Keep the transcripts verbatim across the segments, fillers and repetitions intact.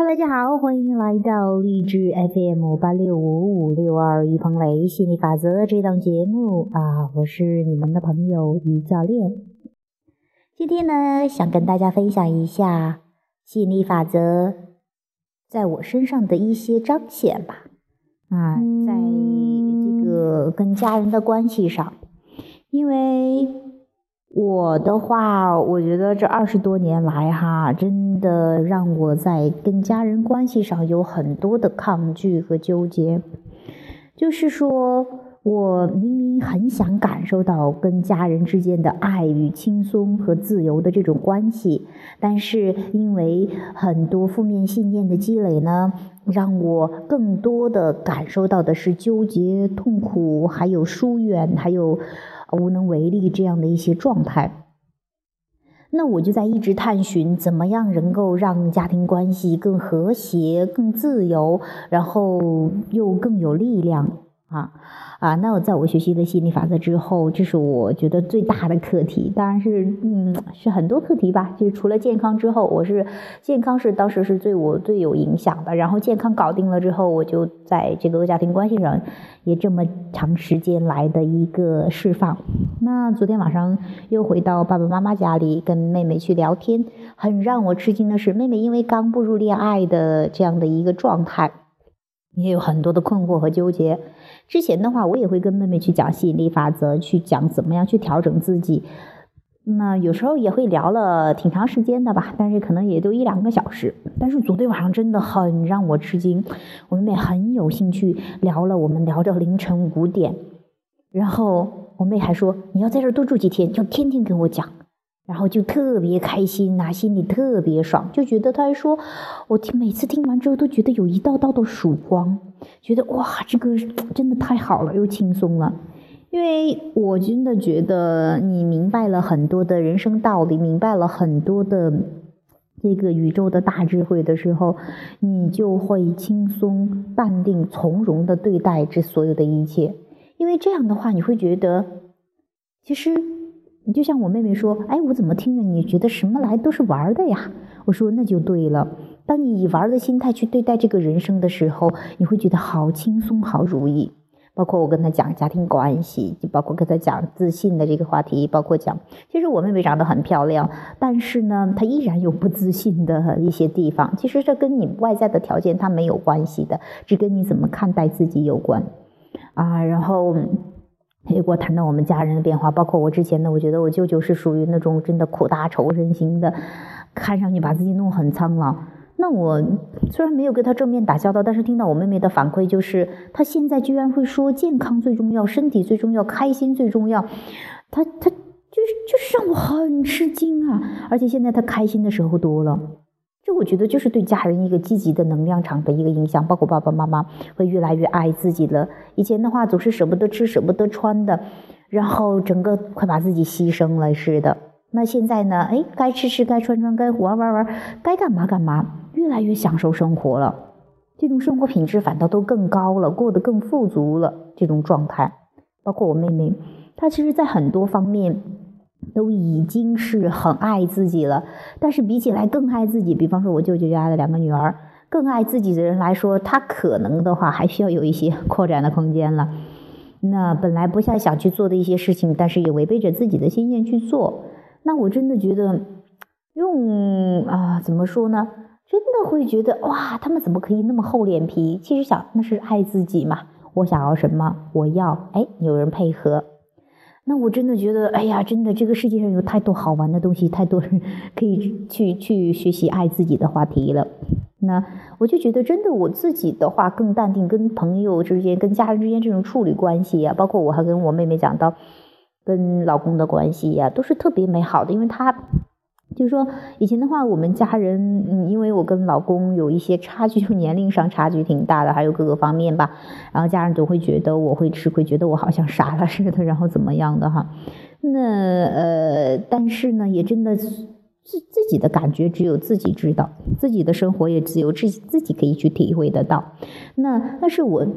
大家好，欢迎来到励志 F M 八六五五六二于鹏雷心理法则这档节目啊，我是你们的朋友于教练。今天呢，想跟大家分享一下吸引力法则在我身上的一些彰显吧。啊，在这个跟家人的关系上，因为我的话，我觉得这二十多年来哈，真的让我在跟家人关系上有很多的抗拒和纠结。就是说，我明明很想感受到跟家人之间的爱与轻松和自由的这种关系，但是因为很多负面信念的积累呢，让我更多的感受到的是纠结、痛苦，还有疏远，还有无能为力这样的一些状态。那我就在一直探寻怎么样能够让家庭关系更和谐、更自由，然后又更有力量啊啊！那我在我学习了吸引力法则之后，这是我觉得最大的课题，当然是嗯是很多课题吧。就是除了健康之后，我是健康是当时是对我最有影响的。然后健康搞定了之后，我就在这个家庭关系上也这么长时间来的一个释放。那昨天晚上又回到爸爸妈妈家里，跟妹妹去聊天，很让我吃惊的是，妹妹因为刚步入恋爱的这样的一个状态，也有很多的困惑和纠结。之前的话，我也会跟妹妹去讲吸引力法则，去讲怎么样去调整自己。那有时候也会聊了挺长时间的吧，但是可能也就一两个小时。但是昨天晚上真的很让我吃惊，我妹妹很有兴趣聊了，我们聊到凌晨五点。然后我妹还说，你要在这儿多住几天，就天天跟我讲。然后就特别开心啊，心里特别爽，就觉得她还说，我听每次听完之后都觉得有一道道的曙光，觉得哇，这个真的太好了，又轻松了。因为我真的觉得你明白了很多的人生道理，明白了很多的这个宇宙的大智慧的时候，你就会轻松、淡定、从容的对待这所有的一切。因为这样的话，你会觉得，其实你就像我妹妹说，哎，我怎么听着你觉得什么来都是玩的呀？我说那就对了。当你以玩的心态去对待这个人生的时候，你会觉得好轻松、好如意。包括我跟她讲家庭关系，就包括跟她讲自信的这个话题，包括讲，其实我妹妹长得很漂亮，但是呢，她依然有不自信的一些地方。其实这跟你外在的条件它没有关系的，只跟你怎么看待自己有关啊。然后也给我谈到我们家人的变化，包括我之前呢，我觉得我舅舅是属于那种真的苦大仇深型的，看上去把自己弄很苍老。那我虽然没有跟他正面打交道，但是听到我妹妹的反馈，就是她现在居然会说健康最重要，身体最重要，开心最重要。她她就是就是让我很吃惊啊！而且现在她开心的时候多了。这我觉得就是对家人一个积极的能量场的一个影响，包括爸爸妈妈会越来越爱自己了。以前的话总是舍不得吃舍不得穿的，然后整个快把自己牺牲了似的。那现在呢，哎，该吃吃该穿穿该玩玩玩该干嘛干嘛，越来越享受生活了。这种生活品质反倒都更高了，过得更富足了，这种状态。包括我妹妹，她其实在很多方面都已经是很爱自己了，但是比起来更爱自己，比方说我舅舅家的两个女儿，更爱自己的人来说，她可能的话还需要有一些扩展的空间了。那本来不太想去做的一些事情，但是也违背着自己的心愿去做，那我真的觉得用啊怎么说呢，真的会觉得哇，他们怎么可以那么厚脸皮？其实想那是爱自己嘛，我想要什么我要，哎，有人配合。那我真的觉得，哎呀，真的这个世界上有太多好玩的东西，太多人可以去去学习爱自己的话题了。那我就觉得真的我自己的话更淡定，跟朋友之间跟家人之间这种处理关系啊，包括我还跟我妹妹讲到跟老公的关系呀、啊，都是特别美好的。因为他就是说以前的话我们家人嗯，因为我跟老公有一些差距，就年龄上差距挺大的，还有各个方面吧，然后家人都会觉得我会吃亏，觉得我好像傻了似的，然后怎么样的哈。那呃但是呢也真的自自己的感觉只有自己知道，自己的生活也只有自己自己可以去体会得到。那但是我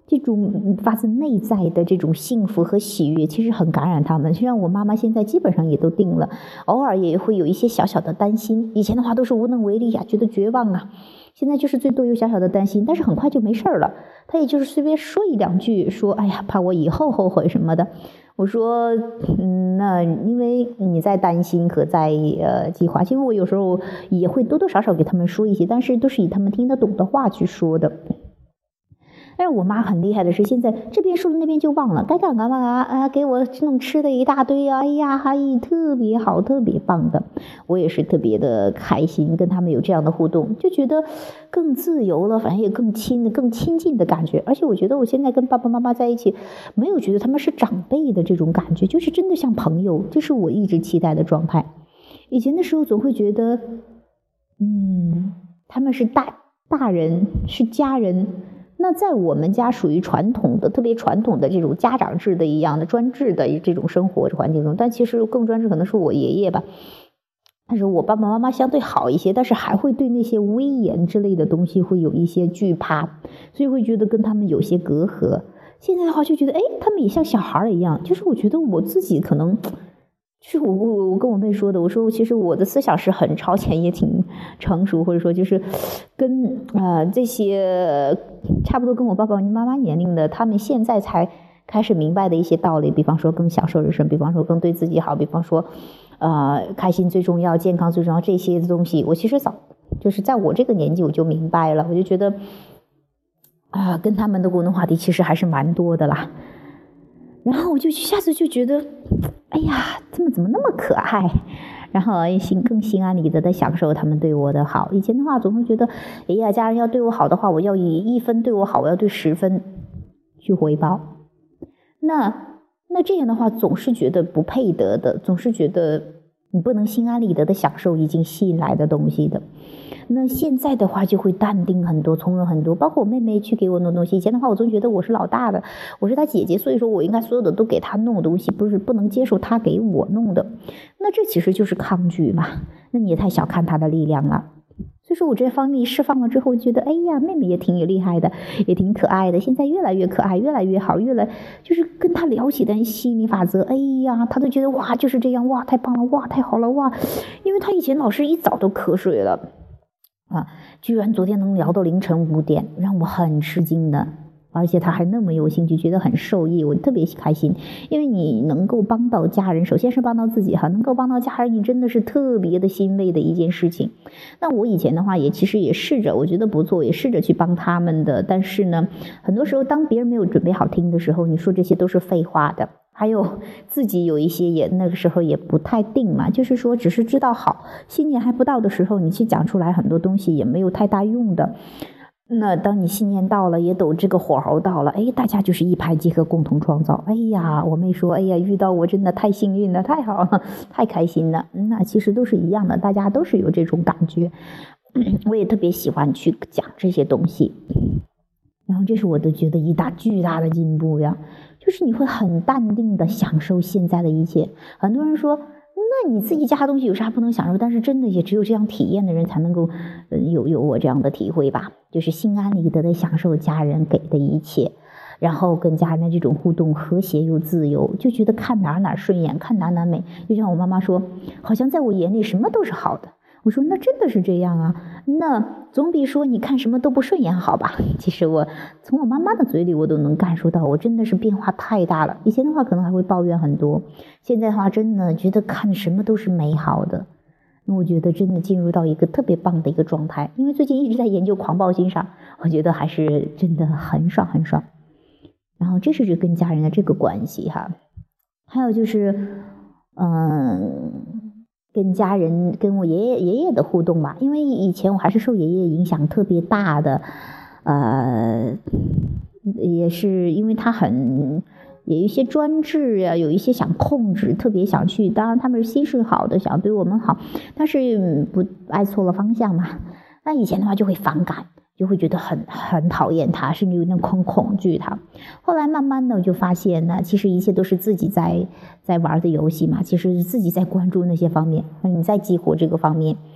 这种发自内在的这种幸福和喜悦，其实很感染他们。虽然我妈妈现在基本上也都定了，偶尔也会有一些小小的担心。以前的话都是无能为力呀、啊，觉得绝望啊。现在就是最多有小小的担心，但是很快就没事了。他也就是随便说一两句，说哎呀，怕我以后后悔什么的。我说，嗯，那因为你在担心和在呃计划，因为我有时候也会多多少少给他们说一些，但是都是以他们听得懂的话去说的。但是我妈很厉害的是，现在这边说了那边就忘了，该干嘛干嘛啊，给我弄吃的一大堆啊，哎呀，还特别好，特别棒的。我也是特别的开心，跟他们有这样的互动，就觉得更自由了，反正也更亲的、更亲近的感觉。而且我觉得我现在跟爸爸妈妈在一起，没有觉得他们是长辈的这种感觉，就是真的像朋友，这是我一直期待的状态。以前的时候总会觉得，嗯，他们是大大人，是家人。那在我们家属于传统的、特别传统的这种家长制的一样的专制的这种生活环境中，但其实更专制可能是我爷爷吧。但是我爸爸妈妈相对好一些，但是还会对那些威严之类的东西会有一些惧怕，所以会觉得跟他们有些隔阂。现在的话就觉得，哎，他们也像小孩一样，就是我觉得我自己可能。就是我我我跟我妹说的，我说其实我的思想是很超前，也挺成熟，或者说就是跟呃这些差不多跟我爸爸妈妈年龄的，他们现在才开始明白的一些道理，比方说更享受人生，比方说更对自己好，比方说呃开心最重要，健康最重要，这些东西我其实早就是在我这个年纪我就明白了，我就觉得啊、呃、跟他们的共同话题其实还是蛮多的啦。然后我就一下子就觉得，哎呀，他们怎么那么可爱？然后心更心安理得的享受他们对我的好。以前的话总会觉得，哎呀，家人要对我好的话，我要以一分对我好，我要对十分去回报。那那这样的话，总是觉得不配得的，总是觉得你不能心安理得的享受已经吸引来的东西的。那现在的话就会淡定很多，从容很多，包括我妹妹去给我弄东西。以前的话我总觉得我是老大的，我是她姐姐，所以说我应该所有的都给她弄东西，不是不能接受她给我弄的。那这其实就是抗拒嘛，那你也太小看她的力量了。所以说我这方力释放了之后，觉得哎呀，妹妹也挺有厉害的，也挺可爱的，现在越来越可爱，越来越好，越来就是跟她聊起的吸引力法则，哎呀，她都觉得哇就是这样，哇太棒了，哇太好了，哇，因为她以前老是一早都瞌睡了。啊，居然昨天能聊到凌晨五点，让我很吃惊的，而且他还那么有兴趣，觉得很受益，我特别开心。因为你能够帮到家人，首先是帮到自己哈，能够帮到家人，你真的是特别的欣慰的一件事情。那我以前的话也其实也试着，我觉得不错，也试着去帮他们的，但是呢，很多时候当别人没有准备好听的时候，你说这些都是废话的。还有自己有一些也那个时候也不太定嘛，就是说只是知道好，信念还不到的时候，你去讲出来很多东西也没有太大用的。那当你信念到了，也抖这个火候到了，哎，大家就是一拍即合，共同创造。哎呀，我妹说，哎呀，遇到我真的太幸运了，太好了，太开心了。那其实都是一样的，大家都是有这种感觉。我也特别喜欢去讲这些东西。然后这是我都觉得一大巨大的进步呀，就是你会很淡定的享受现在的一切。很多人说，那你自己家的东西有啥不能享受？但是真的也只有这样体验的人才能够、呃、有有我这样的体会吧，就是心安理得的享受家人给的一切，然后跟家人的这种互动和谐又自由，就觉得看哪哪顺眼，看哪哪美。就像我妈妈说，好像在我眼里什么都是好的。我说那真的是这样啊，那总比说你看什么都不顺眼好吧。其实我从我妈妈的嘴里我都能感受到，我真的是变化太大了。以前的话可能还会抱怨很多，现在的话真的觉得看什么都是美好的。那我觉得真的进入到一个特别棒的一个状态，因为最近一直在研究狂暴欣赏，我觉得还是真的很爽很爽。然后这是就跟家人的这个关系哈，还有就是嗯跟家人跟我爷爷爷爷的互动吧，因为以前我还是受爷爷影响特别大的，呃，也是因为他很有一些专制啊，有一些想控制，特别想去，当然他们是心是好的，想对我们好，但是不爱错了方向嘛。那以前的话就会反感，就会觉得很很讨厌他，甚至有点恐恐惧他。后来慢慢的我就发现呢，其实一切都是自己在在玩的游戏嘛，其实自己在关注那些方面，你在激活这个方面。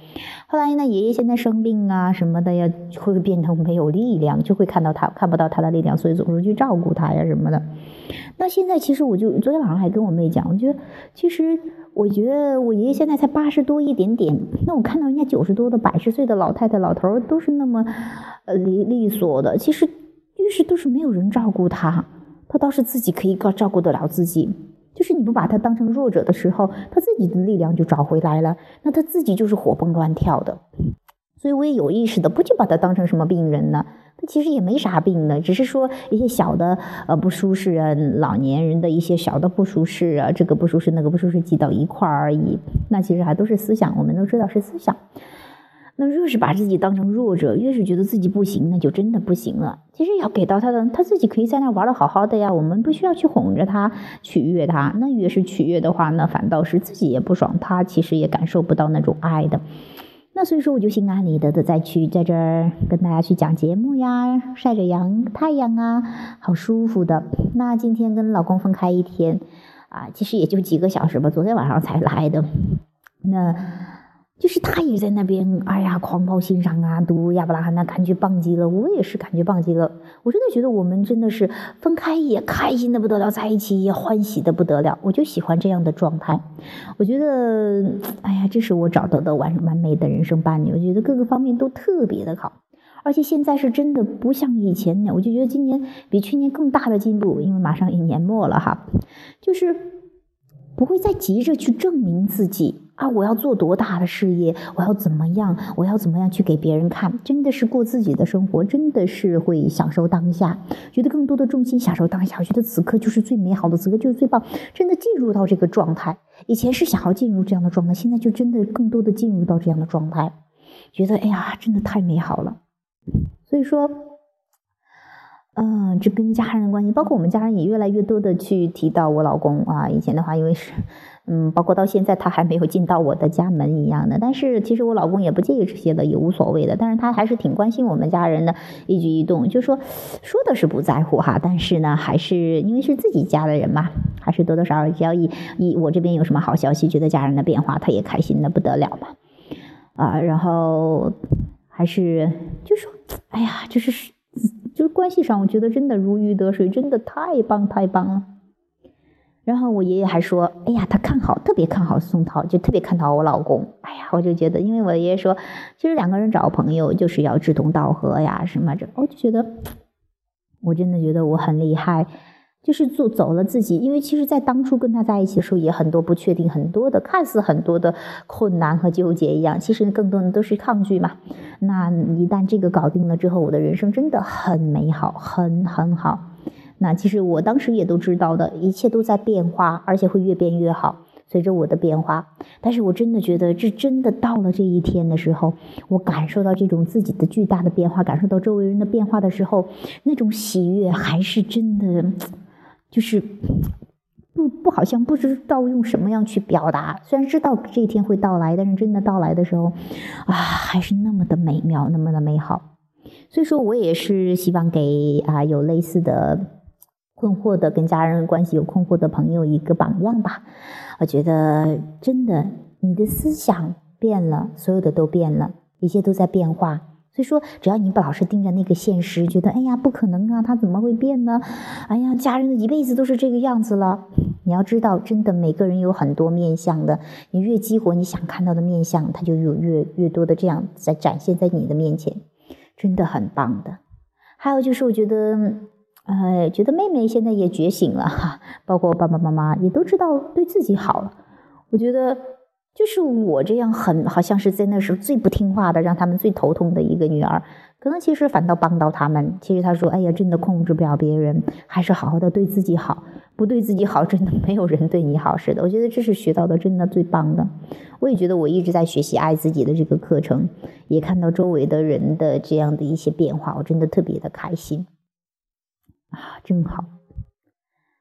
后来呢，爷爷现在生病啊什么的呀，会变成没有力量，就会看到他看不到他的力量，所以总是去照顾他呀什么的。那现在其实我就昨天晚上还跟我妹讲，我觉得其实我觉得我爷爷现在才八十多一点点，那我看到人家九十多的百十岁的老太太老头都是那么呃利利索的，其实就是都是没有人照顾他，他倒是自己可以照顾得了自己。就是你不把他当成弱者的时候，他自己的力量就找回来了，那他自己就是活蹦乱跳的。所以我也有意识的不去把他当成什么病人呢，他其实也没啥病的，只是说一些小的呃不舒适啊，老年人的一些小的不舒适啊，这个不舒适那个不舒适挤到一块而已，那其实还都是思想，我们都知道是思想。那越是把自己当成弱者，越是觉得自己不行，那就真的不行了。其实要给到他的，他自己可以在那玩得好好的呀，我们不需要去哄着他，取悦他。那越是取悦的话呢，反倒是自己也不爽，他其实也感受不到那种爱的。那所以说，我就心安理得的再去在这儿跟大家去讲节目呀，晒着阳太阳啊，好舒服的。那今天跟老公分开一天啊，其实也就几个小时吧，昨天晚上才来的。那就是他也在那边，哎呀，狂暴欣赏啊，读亚伯拉罕那感觉棒极了，我也是感觉棒极了。我真的觉得我们真的是分开也开心的不得了，在一起也欢喜的不得了。我就喜欢这样的状态。我觉得，哎呀，这是我找到的完完美的人生伴侣。我觉得各个方面都特别的好，而且现在是真的不像以前呢。我就觉得今年比去年更大的进步，因为马上一年末了哈，就是不会再急着去证明自己。啊，我要做多大的事业，我要怎么样，我要怎么样去给别人看，真的是过自己的生活，真的是会享受当下，觉得更多的重心享受当下，我觉得此刻就是最美好的，此刻就是最棒，真的进入到这个状态。以前是想要进入这样的状态，现在就真的更多的进入到这样的状态，觉得哎呀，真的太美好了。所以说嗯、呃，这跟家人的关系，包括我们家人也越来越多的去提到我老公啊。以前的话，因为是，嗯，包括到现在他还没有进到我的家门一样的。但是其实我老公也不介意这些的，也无所谓的。但是他还是挺关心我们家人的一举一动，就说说的是不在乎哈，但是呢，还是因为是自己家的人嘛，还是多多少少只要一一我这边有什么好消息，觉得家人的变化，他也开心的不得了嘛。啊，然后还是就说，哎呀，就是。就是关系上，我觉得真的如鱼得水，真的太棒太棒了。然后我爷爷还说，哎呀，他看好，特别看好宋涛，就特别看好我老公。哎呀，我就觉得，因为我爷爷说，其实两个人找朋友就是要志同道合呀，什么这，我就觉得，我真的觉得我很厉害。就是做走了自己，因为其实在当初跟他在一起的时候也很多不确定，很多的看似很多的困难和纠结一样，其实更多的都是抗拒嘛。那一旦这个搞定了之后，我的人生真的很美好，很很好。那其实我当时也都知道的，一切都在变化，而且会越变越好，随着我的变化。但是我真的觉得这真的到了这一天的时候，我感受到这种自己的巨大的变化，感受到周围人的变化的时候，那种喜悦还是真的就是不不好像不知道用什么样去表达。虽然知道这一天会到来，但是真的到来的时候啊，还是那么的美妙，那么的美好。所以说我也是希望给啊有类似的困惑的跟家人关系有困惑的朋友一个榜样吧。我觉得真的你的思想变了，所有的都变了，一切都在变化。所以说只要你不老是盯着那个现实，觉得哎呀不可能啊，他怎么会变呢？哎呀，家人的一辈子都是这个样子了。你要知道，真的每个人有很多面相的，你越激活你想看到的面相，它就有越越多的这样在展现在你的面前，真的很棒的。还有就是我觉得呃，觉得妹妹现在也觉醒了哈，包括爸爸妈妈也都知道对自己好了。我觉得就是我这样很好像是在那时候最不听话的，让他们最头痛的一个女儿，可能其实反倒帮到他们。其实他说，哎呀，真的控制不了别人，还是好好的对自己好，不对自己好，真的没有人对你好似的。我觉得这是学到的真的最棒的。我也觉得我一直在学习爱自己的这个课程，也看到周围的人的这样的一些变化，我真的特别的开心啊，真好。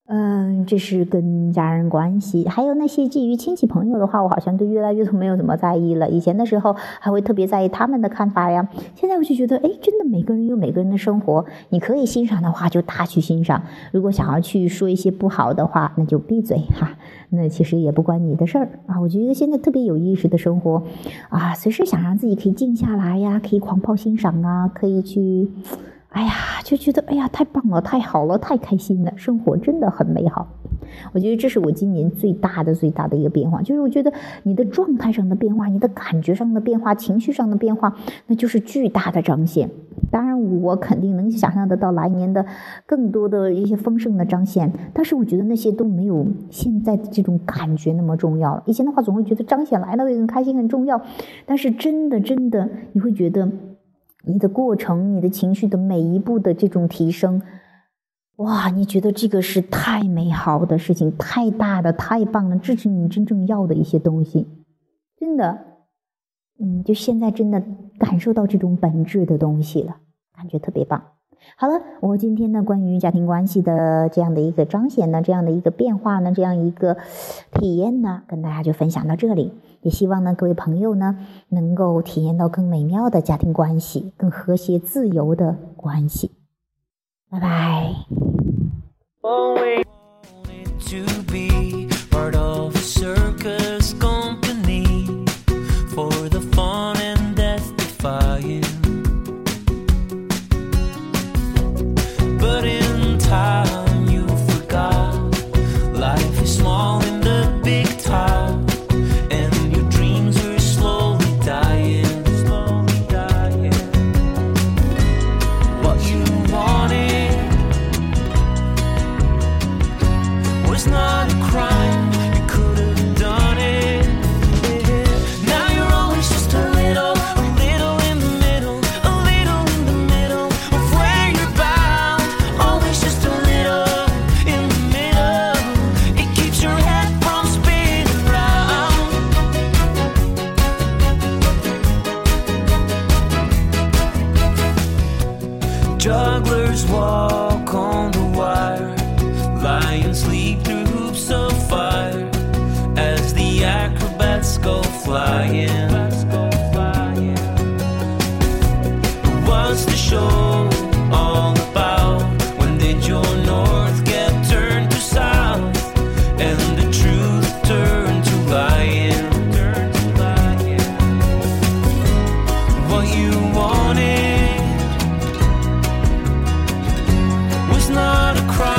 嗯，这是跟家人关系，还有那些基于亲戚朋友的话，我好像都越来越都没有怎么在意了。以前的时候还会特别在意他们的看法呀，现在我就觉得，哎，真的每个人有每个人的生活，你可以欣赏的话就大去欣赏，如果想要去说一些不好的话，那就闭嘴哈，那其实也不关你的事儿啊。我觉得现在特别有意识的生活啊，随时想让自己可以静下来呀，可以狂炮欣赏啊，可以去。哎呀，就觉得哎呀，太棒了，太好了，太开心了，生活真的很美好。我觉得这是我今年最大的最大的一个变化，就是我觉得你的状态上的变化，你的感觉上的变化，情绪上的变化，那就是巨大的彰显。当然我肯定能想象得到来年的更多的一些丰盛的彰显，但是我觉得那些都没有现在这种感觉那么重要了。以前的话总会觉得彰显来了会很开心很重要，但是真的真的你会觉得你的过程，你的情绪的每一步的这种提升，哇，你觉得这个是太美好的事情，太大的，太棒了，这是你真正要的一些东西，真的，嗯，就现在真的感受到这种本质的东西了，感觉特别棒。好了，我今天呢关于家庭关系的这样的一个彰显呢，这样的一个变化呢，这样一个体验呢，跟大家就分享到这里。也希望呢各位朋友呢能够体验到更美妙的家庭关系，更和谐自由的关系。拜拜。 Jugglers walk on the wire, lions leap through hoops of fire, as the acrobats go flying. What's the show all about? When did your north get turned to south, and the truth turned to lying? What you wanted was not a crime.